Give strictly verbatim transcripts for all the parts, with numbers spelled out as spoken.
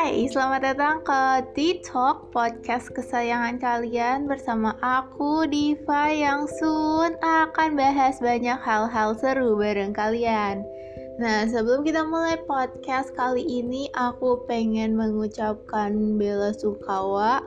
Hai, selamat datang ke T-Talk, podcast kesayangan kalian bersama aku, Diva, yang soon akan bahas banyak hal-hal seru bareng kalian. Nah, sebelum kita mulai podcast kali ini, aku pengen mengucapkan bela sungkawa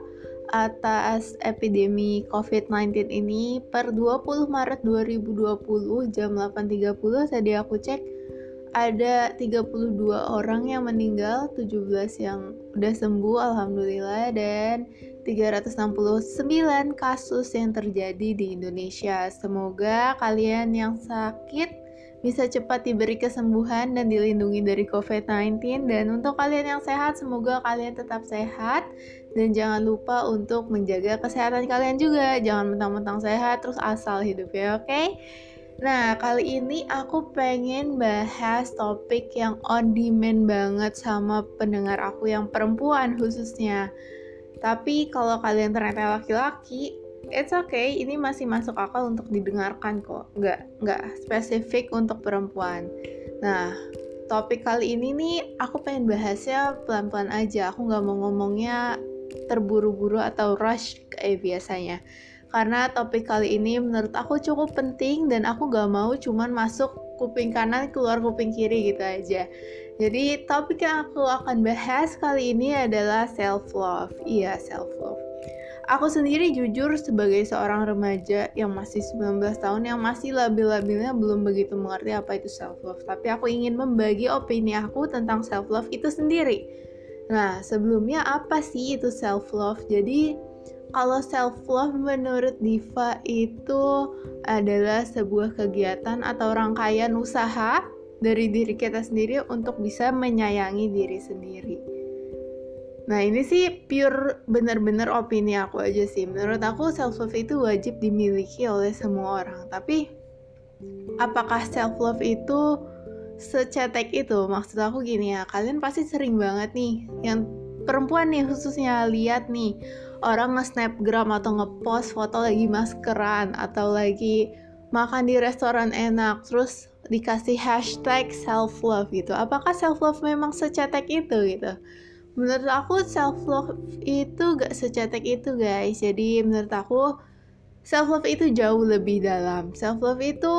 atas epidemi covid sembilan belas ini. Per dua puluh Maret dua ribu dua puluh jam delapan tiga puluh tadi aku cek, ada tiga puluh dua orang yang meninggal, tujuh belas yang udah sembuh alhamdulillah, dan tiga ratus enam puluh sembilan kasus yang terjadi di Indonesia. Semoga kalian yang sakit bisa cepat diberi kesembuhan dan dilindungi dari covid sembilan belas. Dan untuk kalian yang sehat, semoga kalian tetap sehat. Dan jangan lupa untuk menjaga kesehatan kalian juga. Jangan mentang-mentang sehat terus asal hidup ya, oke? Okay? Nah, kali ini aku pengen bahas topik yang on demand banget sama pendengar aku yang perempuan khususnya. Tapi kalau kalian ternyata laki-laki, it's okay, ini masih masuk akal untuk didengarkan kok. Nggak, nggak spesifik untuk perempuan. Nah, topik kali ini nih aku pengen bahasnya pelan-pelan aja. Aku nggak mau ngomongnya terburu-buru atau rush kayak biasanya. Karena topik kali ini menurut aku cukup penting dan aku gak mau cuman masuk kuping kanan keluar kuping kiri gitu aja. Jadi topik yang aku akan bahas kali ini adalah self-love. Iya, self-love. Aku sendiri jujur sebagai seorang remaja yang masih sembilan belas tahun, yang masih labil-labilnya belum begitu mengerti apa itu self-love. Tapi aku ingin membagi opini aku tentang self-love itu sendiri. Nah, sebelumnya apa sih itu self-love? Jadi kalau self-love menurut Diva itu adalah sebuah kegiatan atau rangkaian usaha dari diri kita sendiri untuk bisa menyayangi diri sendiri. Nah, ini sih pure bener-bener opini aku aja sih. Menurut aku self-love itu wajib dimiliki oleh semua orang. Tapi apakah self-love itu secetek itu? Maksud aku gini ya, kalian pasti sering banget nih, yang perempuan nih khususnya, lihat nih orang nge-snapgram atau nge-post foto lagi maskeran atau lagi makan di restoran enak, terus dikasih hashtag self-love gitu. Apakah self-love memang secetek itu gitu? Menurut aku self-love itu gak secetek itu guys. Jadi menurut aku self-love itu jauh lebih dalam. Self-love itu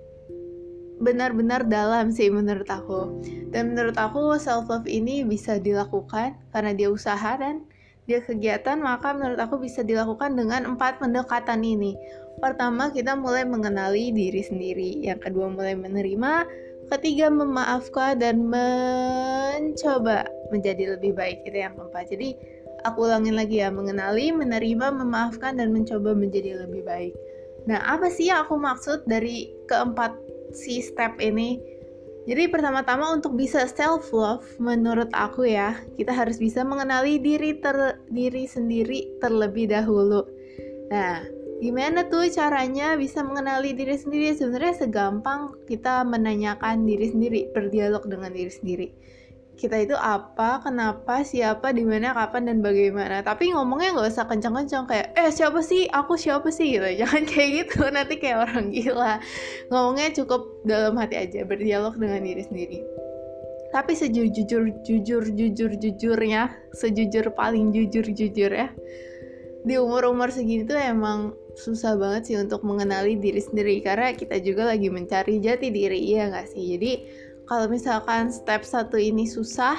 benar-benar dalam sih menurut aku. Dan menurut aku self-love ini bisa dilakukan karena dia usaha dan dia kegiatan, maka menurut aku bisa dilakukan dengan empat pendekatan ini. Pertama, kita mulai mengenali diri sendiri. Yang kedua, mulai menerima. Ketiga, memaafkan dan mencoba menjadi lebih baik. Itu yang keempat. Jadi, aku ulangin lagi ya, mengenali, menerima, memaafkan, dan mencoba menjadi lebih baik. Nah, apa sih yang aku maksud dari keempat si step ini? Jadi pertama-tama untuk bisa self-love menurut aku ya, kita harus bisa mengenali diri ter, diri sendiri terlebih dahulu. Nah, gimana tuh caranya bisa mengenali diri sendiri? Sebenarnya segampang kita menanyakan diri sendiri, berdialog dengan diri sendiri. Kita itu apa, kenapa, siapa, di mana, kapan, dan bagaimana. Tapi ngomongnya nggak usah kencang-kencang kayak, eh siapa sih, aku siapa sih gitu. Jangan kayak gitu, nanti kayak orang gila. Ngomongnya cukup dalam hati aja, berdialog dengan diri sendiri. Tapi sejujur, jujur, jujur, jujurnya, sejujur paling jujur, jujur ya. Di umur-umur segini tuh emang susah banget sih untuk mengenali diri sendiri. Karena kita juga lagi mencari jati diri, iya nggak sih? Jadi kalau misalkan step satu ini susah,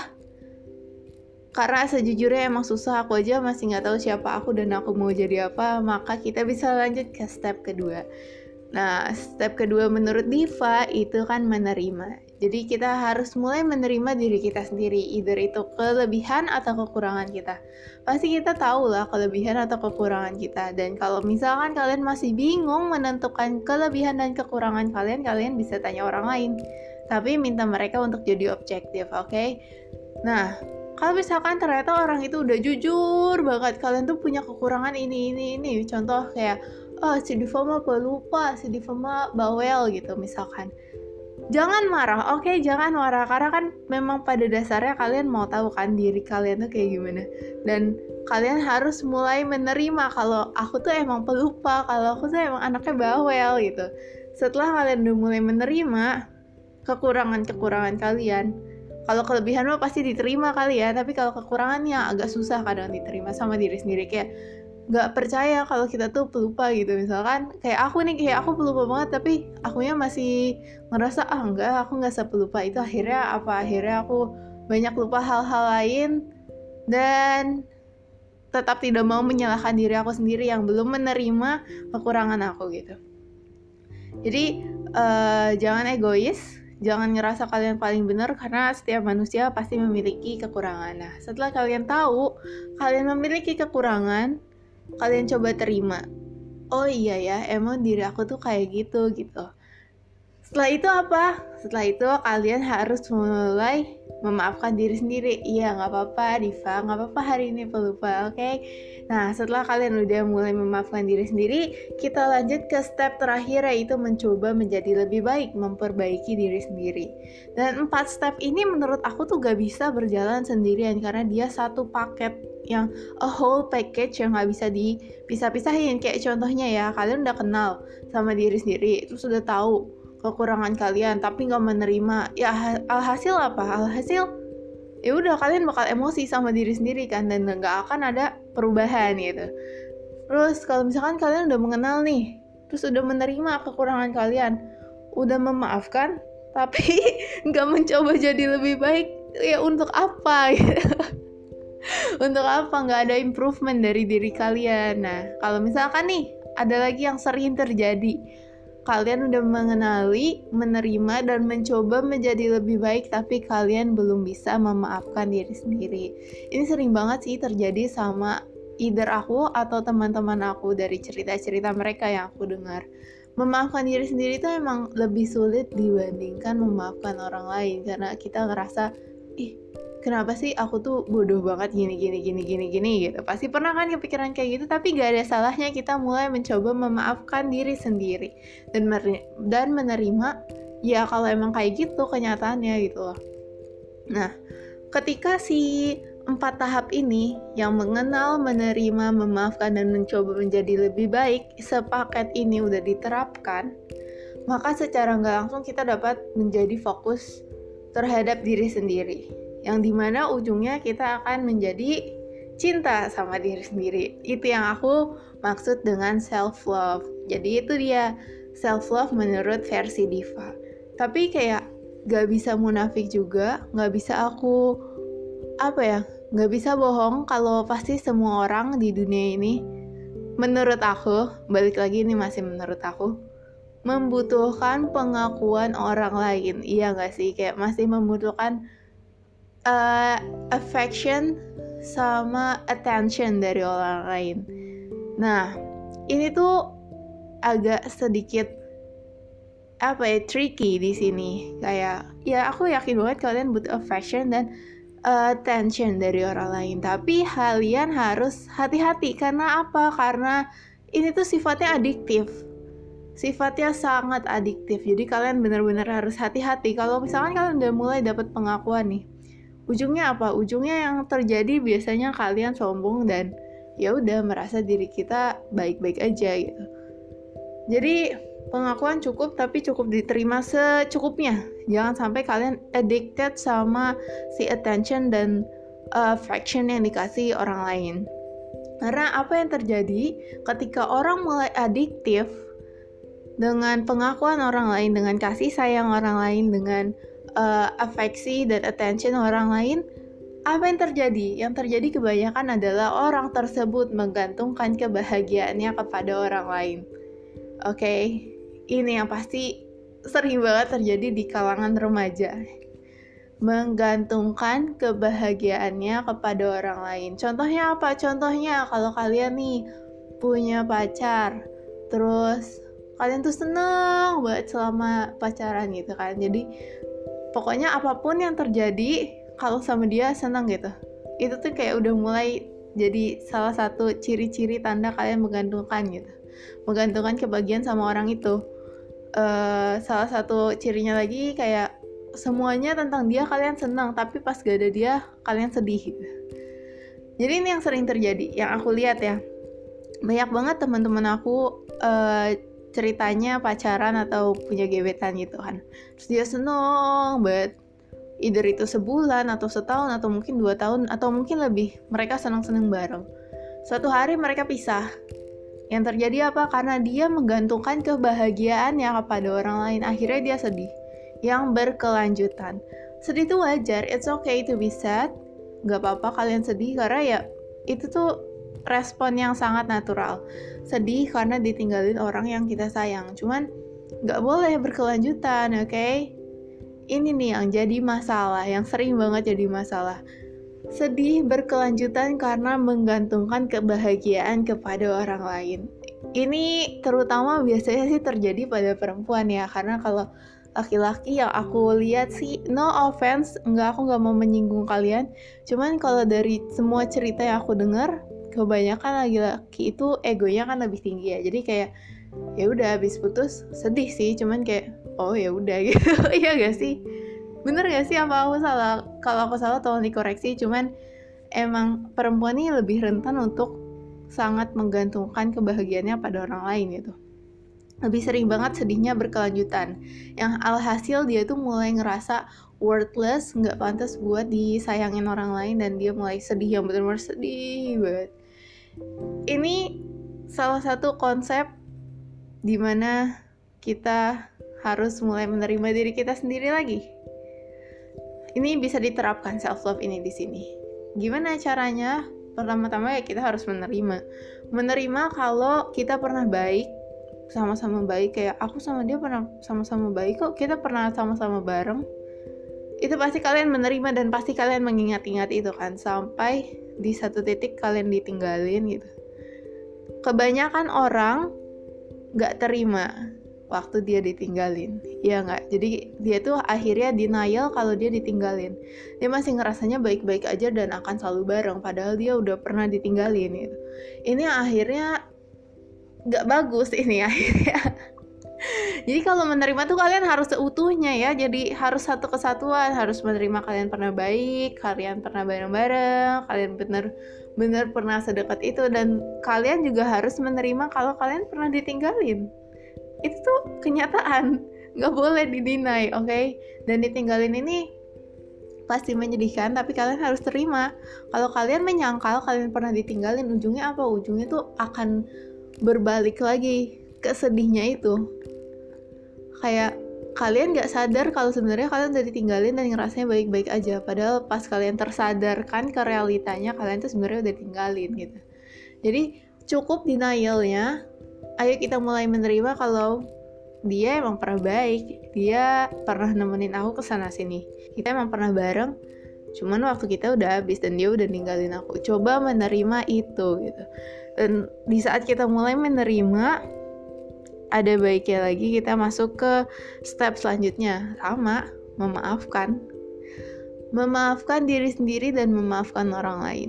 karena sejujurnya emang susah, aku aja masih nggak tahu siapa aku dan aku mau jadi apa, maka kita bisa lanjut ke step kedua. Nah, step kedua menurut Diva itu kan menerima. Jadi kita harus mulai menerima diri kita sendiri, either itu kelebihan atau kekurangan kita. Pasti kita tahu lah kelebihan atau kekurangan kita. Dan kalau misalkan kalian masih bingung menentukan kelebihan dan kekurangan kalian, kalian bisa tanya orang lain. Tapi minta mereka untuk jadi objektif, oke? Okay? Nah, kalau misalkan ternyata orang itu udah jujur banget, kalian tuh punya kekurangan ini, ini, ini. Contoh kayak, oh si Diva mah pelupa, si Diva mah bawel gitu misalkan. Jangan marah, oke? Okay? Jangan marah, karena kan memang pada dasarnya kalian mau tahu kan diri kalian tuh kayak gimana. Dan kalian harus mulai menerima kalau aku tuh emang pelupa, kalau aku tuh emang anaknya bawel gitu. Setelah kalian udah mulai menerima kekurangan-kekurangan kalian, Kalau kelebihan mah pasti diterima kali ya, tapi kalau kekurangannya agak susah kadang diterima sama diri sendiri. Kayak nggak percaya kalau kita tuh pelupa gitu. Misalkan kayak aku nih, kayak aku pelupa banget, tapi akunya masih ngerasa ah enggak, aku nggak sepelupa itu. Akhirnya apa? Akhirnya aku banyak lupa hal-hal lain dan tetap tidak mau menyalahkan diri aku sendiri yang belum menerima kekurangan aku gitu. Jadi uh, jangan egois. Jangan ngerasa kalian paling benar karena setiap manusia pasti memiliki kekurangan. Nah, setelah kalian tahu kalian memiliki kekurangan, kalian coba terima. Oh iya ya, emang diri aku tuh kayak gitu gitu. Setelah itu apa? Setelah itu kalian harus mulai memaafkan diri sendiri. Iya, nggak apa-apa Diva, nggak apa-apa hari ini pelupa, oke? Okay? Nah, setelah kalian udah mulai memaafkan diri sendiri, kita lanjut ke step terakhir, yaitu mencoba menjadi lebih baik, memperbaiki diri sendiri. Dan empat step ini menurut aku tuh gak bisa berjalan sendirian karena dia satu paket yang a whole package yang gak bisa dipisah-pisahin. Kayak contohnya ya, kalian udah kenal sama diri sendiri, terus udah tahu kekurangan kalian tapi gak menerima. Ya alhasil apa? Alhasil ya udah kalian bakal emosi sama diri sendiri kan, dan nggak akan ada perubahan gitu. Terus kalau misalkan kalian udah mengenal nih, terus udah menerima kekurangan kalian, udah memaafkan, tapi nggak mencoba jadi lebih baik, ya untuk apa gitu? Untuk apa? Nggak ada improvement dari diri kalian. Nah, kalau misalkan nih ada lagi yang sering terjadi, kalian udah mengenali, menerima, dan mencoba menjadi lebih baik, tapi kalian belum bisa memaafkan diri sendiri. Ini sering banget sih terjadi sama either aku atau teman-teman aku dari cerita-cerita mereka yang aku dengar. Memaafkan diri sendiri itu emang lebih sulit dibandingkan memaafkan orang lain, karena kita ngerasa, ih, kenapa sih aku tuh bodoh banget gini gini gini gini gini gitu. Pasti pernah kan kepikiran kayak gitu, tapi gak ada salahnya kita mulai mencoba memaafkan diri sendiri dan mer- dan menerima ya kalau emang kayak gitu kenyataannya gitu loh. Nah, ketika si empat tahap ini yang mengenal, menerima, memaafkan, dan mencoba menjadi lebih baik, sepaket ini udah diterapkan, maka secara gak langsung kita dapat menjadi fokus terhadap diri sendiri, yang dimana ujungnya kita akan menjadi cinta sama diri sendiri. Itu yang aku maksud dengan self-love. Jadi itu dia self-love menurut versi Diva. Tapi kayak gak bisa munafik juga, gak bisa aku, apa ya, gak bisa bohong kalau pasti semua orang di dunia ini, menurut aku, balik lagi ini masih menurut aku, membutuhkan pengakuan orang lain. Iya gak sih? Kayak masih membutuhkan Uh, affection sama attention dari orang lain. Nah, ini tuh agak sedikit apa ya, tricky di sini. Kayak ya aku yakin banget kalian butuh affection dan uh, attention dari orang lain. Tapi kalian harus hati-hati karena apa? Karena ini tuh sifatnya adiktif. Sifatnya sangat adiktif. Jadi kalian benar-benar harus hati-hati. Kalau misalkan kalian udah mulai dapat pengakuan nih, ujungnya apa? Ujungnya yang terjadi biasanya kalian sombong dan ya udah merasa diri kita baik-baik aja gitu. Jadi pengakuan cukup, tapi cukup diterima secukupnya. Jangan sampai kalian addicted sama si attention dan uh, affection yang dikasih orang lain. Karena apa yang terjadi ketika orang mulai adiktif dengan pengakuan orang lain, dengan kasih sayang orang lain, dengan Uh, afeksi dan attention orang lain, apa yang terjadi? Yang terjadi kebanyakan adalah orang tersebut menggantungkan kebahagiaannya kepada orang lain. Oke, okay? Ini yang pasti sering banget terjadi di kalangan remaja. Menggantungkan kebahagiaannya kepada orang lain. Contohnya apa? Contohnya kalau kalian nih punya pacar, terus kalian tuh seneng banget selama pacaran gitu kan. Jadi pokoknya apapun yang terjadi, kalau sama dia senang gitu. Itu tuh kayak udah mulai jadi salah satu ciri-ciri tanda kalian menggantungkan gitu. Menggantungkan kebahagiaan sama orang itu. Uh, salah satu cirinya lagi kayak semuanya tentang dia kalian senang, tapi pas gak ada dia kalian sedih gitu. Jadi ini yang sering terjadi, yang aku lihat ya. Banyak banget teman-teman aku uh, ceritanya pacaran atau punya gebetan gitu kan, terus dia seneng banget, either itu sebulan atau setahun atau mungkin dua tahun atau mungkin lebih, mereka senang-senang bareng. Suatu hari mereka pisah. Yang terjadi apa? Karena dia menggantungkan kebahagiaannya kepada orang lain, akhirnya dia sedih yang berkelanjutan. Sedih itu wajar, it's okay to be sad. Gak apa-apa kalian sedih, karena ya itu tuh respon yang sangat natural. Sedih karena ditinggalin orang yang kita sayang. Cuman gak boleh berkelanjutan, oke? Okay? Ini nih yang jadi masalah, yang sering banget jadi masalah. Sedih berkelanjutan karena menggantungkan kebahagiaan kepada orang lain. Ini terutama biasanya sih terjadi pada perempuan ya, karena kalau laki-laki yang aku lihat sih, no offense, enggak, aku nggak mau menyinggung kalian. Cuman kalau dari semua cerita yang aku dengar, kebanyakan laki-laki itu egonya kan lebih tinggi ya. Jadi kayak ya udah habis putus sedih sih, cuman kayak oh ya udah gitu. Iya gak sih? Bener gak sih apa aku salah? Kalau aku salah tolong dikoreksi. Cuman emang perempuan ini lebih rentan untuk sangat menggantungkan kebahagiaannya pada orang lain gitu. Lebih sering banget sedihnya berkelanjutan. Yang alhasil dia tuh mulai ngerasa worthless, gak pantas buat disayangin orang lain, dan dia mulai sedih yang benar-benar sedih banget. Ini salah satu konsep dimana kita harus mulai menerima diri kita sendiri lagi. Ini bisa diterapkan self-love ini di sini. Gimana caranya? Pertama-tama ya kita harus menerima. Menerima kalau kita pernah baik, sama-sama baik. Kayak aku sama dia pernah sama-sama baik kok, kita pernah sama-sama bareng. Itu pasti kalian menerima dan pasti kalian mengingat-ingat itu kan. Sampai di satu titik kalian ditinggalin gitu. Kebanyakan orang gak terima waktu dia ditinggalin, ya nggak? Jadi dia tuh akhirnya denial kalau dia ditinggalin. Dia masih ngerasanya baik-baik aja dan akan selalu bareng, padahal dia udah pernah ditinggalin gitu. Ini akhirnya nggak bagus ini akhirnya. Jadi kalau menerima tuh kalian harus seutuhnya ya. Jadi harus satu kesatuan, harus menerima kalian pernah baik, kalian pernah bareng-bareng, kalian bener-bener pernah sedekat itu, dan kalian juga harus menerima kalau kalian pernah ditinggalin. Itu tuh kenyataan, gak boleh didinai, oke? Okay? Dan ditinggalin ini pasti menyedihkan, tapi kalian harus terima. Kalau kalian menyangkal kalian pernah ditinggalin, ujungnya apa? Ujungnya tuh akan berbalik lagi ke sedihnya itu. Kayak kalian gak sadar kalau sebenarnya kalian udah ditinggalin dan ngerasanya baik-baik aja, padahal pas kalian tersadarkan ke realitanya, kalian tuh sebenarnya udah tinggalin gitu. Jadi cukup denialnya. Ayo kita mulai menerima kalau dia emang pernah baik, dia pernah nemenin aku kesana sini, kita emang pernah bareng, cuman waktu kita udah habis dan dia udah ninggalin aku. Coba menerima itu gitu. Dan di saat kita mulai menerima, ada baiknya lagi kita masuk ke step selanjutnya, sama memaafkan. Memaafkan diri sendiri dan memaafkan orang lain.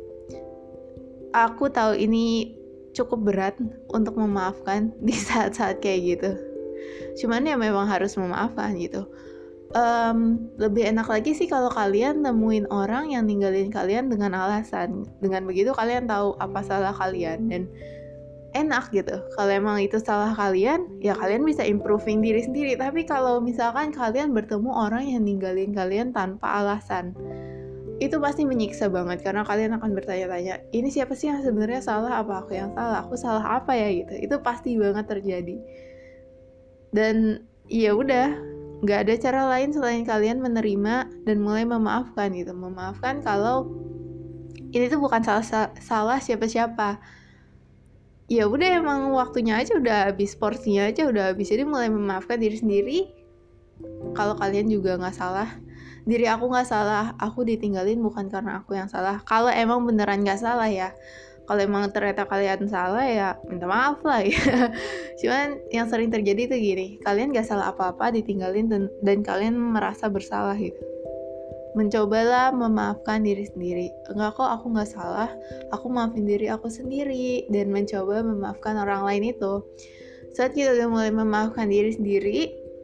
Aku tahu ini cukup berat untuk memaafkan di saat-saat kayak gitu. Cuman ya memang harus memaafkan gitu. Um, lebih enak lagi sih kalau kalian nemuin orang yang ninggalin kalian dengan alasan. Dengan begitu kalian tahu apa salah kalian dan enak gitu. Kalau emang itu salah kalian, ya kalian bisa improving diri sendiri. Tapi kalau misalkan kalian bertemu orang yang ninggalin kalian tanpa alasan, itu pasti menyiksa banget, karena kalian akan bertanya-tanya, ini siapa sih yang sebenarnya salah, apa aku yang salah, aku salah apa ya gitu. Itu pasti banget terjadi. Dan ya udah, nggak ada cara lain selain kalian menerima dan mulai memaafkan gitu. Memaafkan kalau ini tuh bukan salah salah siapa-siapa. Ya udah, emang waktunya aja udah habis, porsinya aja udah habis. Jadi mulai memaafkan diri sendiri. Kalau kalian juga nggak salah, diri aku nggak salah, aku ditinggalin bukan karena aku yang salah. Kalau emang beneran nggak salah ya, kalau emang ternyata kalian salah ya minta maaf lah ya. Cuman yang sering terjadi tuh gini, kalian nggak salah apa-apa, ditinggalin dan, dan kalian merasa bersalah gitu. Mencobalah memaafkan diri sendiri. Enggak kok, aku nggak salah, aku maafin diri aku sendiri, dan mencoba memaafkan orang lain itu. Saat kita udah mulai memaafkan diri sendiri,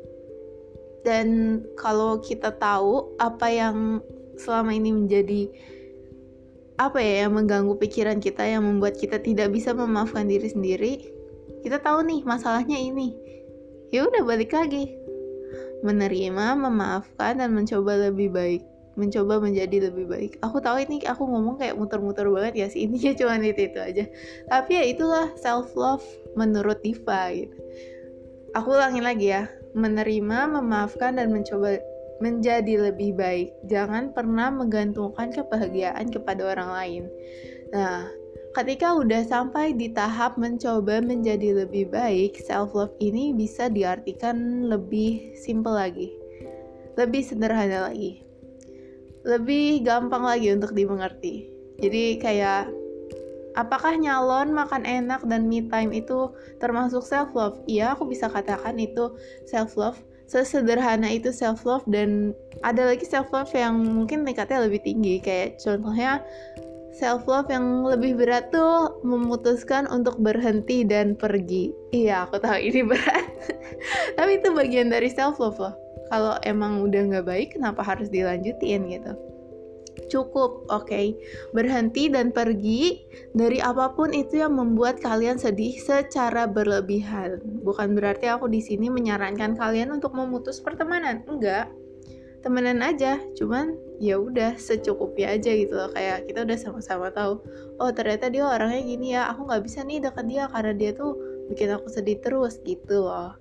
dan kalau kita tahu apa yang selama ini menjadi apa ya yang mengganggu pikiran kita, yang membuat kita tidak bisa memaafkan diri sendiri, kita tahu nih masalahnya ini. Ya udah, balik lagi. menerima, memaafkan, dan mencoba lebih baik. Mencoba menjadi lebih baik. Aku tahu ini aku ngomong kayak muter-muter banget ya sih, intinya cuma itu-itu aja. Tapi ya itulah self love menurut Diva gitu. Aku ulangin lagi ya, menerima, memaafkan, dan mencoba menjadi lebih baik. Jangan pernah menggantungkan kebahagiaan kepada orang lain. Nah, ketika udah sampai di tahap mencoba menjadi lebih baik, self love ini bisa diartikan lebih simple lagi, lebih sederhana lagi, lebih gampang lagi untuk dimengerti. Jadi kayak, apakah nyalon, makan enak, dan me time itu termasuk self love? Iya, aku bisa katakan itu self love. Sesederhana itu self love, dan ada lagi self love yang mungkin tingkatnya lebih tinggi. Kayak contohnya self love yang lebih berat tuh memutuskan untuk berhenti dan pergi. Iya, aku tahu ini berat. Tapi itu bagian dari self love loh. Kalau emang udah nggak baik, kenapa harus dilanjutin gitu? Cukup, oke, okay? Berhenti dan pergi dari apapun itu yang membuat kalian sedih secara berlebihan. Bukan berarti aku di sini menyarankan kalian untuk memutus pertemanan, enggak. Temenan aja, cuman ya udah secukupnya aja gitu loh. Kayak kita udah sama-sama tahu, oh ternyata dia orangnya gini ya, aku nggak bisa nih deket dia karena dia tuh bikin aku sedih terus gitu loh.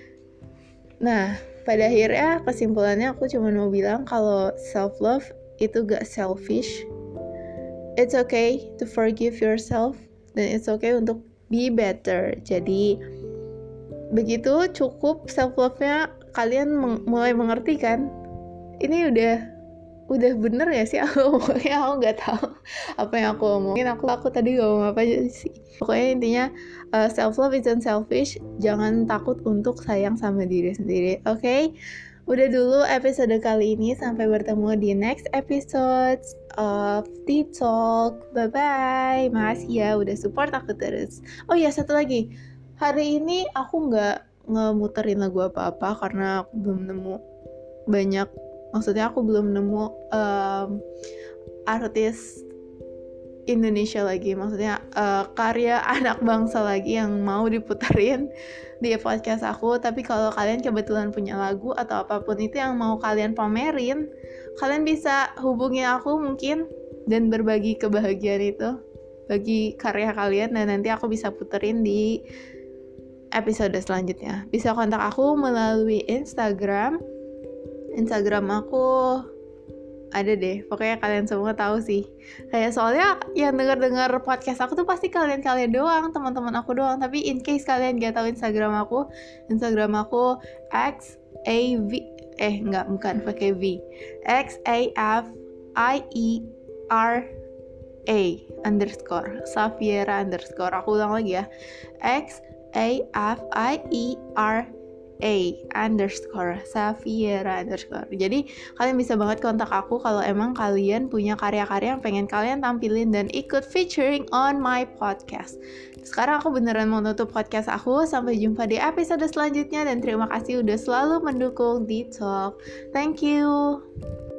Nah, pada akhirnya kesimpulannya aku cuma mau bilang kalau self love itu gak selfish. It's okay to forgive yourself, dan it's okay untuk be better. Jadi begitu, cukup self love-nya. Kalian meng- mulai mengerti kan? Ini udah udah bener ya sih aku ngomongnya? Aku nggak tahu apa yang aku omongin. Aku aku tadi ngomong apa aja sih? Pokoknya intinya uh, self love isn't selfish. Jangan takut untuk sayang sama diri sendiri. Oke, okay? Udah dulu episode kali ini. Sampai bertemu di next episode of The Talk. Bye bye. Makasih ya udah support aku terus. Oh iya, satu lagi. Hari ini aku nggak ngemuterin lagu apa-apa karena aku belum nemu banyak. Maksudnya aku belum nemu um, artis Indonesia lagi, maksudnya uh, karya anak bangsa lagi yang mau diputerin di podcast aku. Tapi kalau kalian kebetulan punya lagu atau apapun itu yang mau kalian pamerin, kalian bisa hubungi aku mungkin dan berbagi kebahagiaan itu, bagi karya kalian, dan nanti aku bisa puterin di episode selanjutnya. Bisa kontak aku melalui Instagram. Instagram aku ada deh, pokoknya kalian semua tahu sih. Kayak soalnya yang denger-denger podcast aku tuh pasti kalian-kalian doang, teman-teman aku doang. Tapi in case kalian gak tahu Instagram aku, Instagram aku X A V eh enggak, bukan pakai V. X A F I E R A underscore Safiera underscore. Aku ulang lagi ya. X A F I E R A underscore Safiera underscore. Jadi kalian bisa banget kontak aku kalau emang kalian punya karya-karya yang pengen kalian tampilin dan ikut featuring on my podcast. Sekarang aku beneran mau nutup podcast aku. Sampai jumpa di episode selanjutnya, dan terima kasih udah selalu mendukung The Talk. Thank you.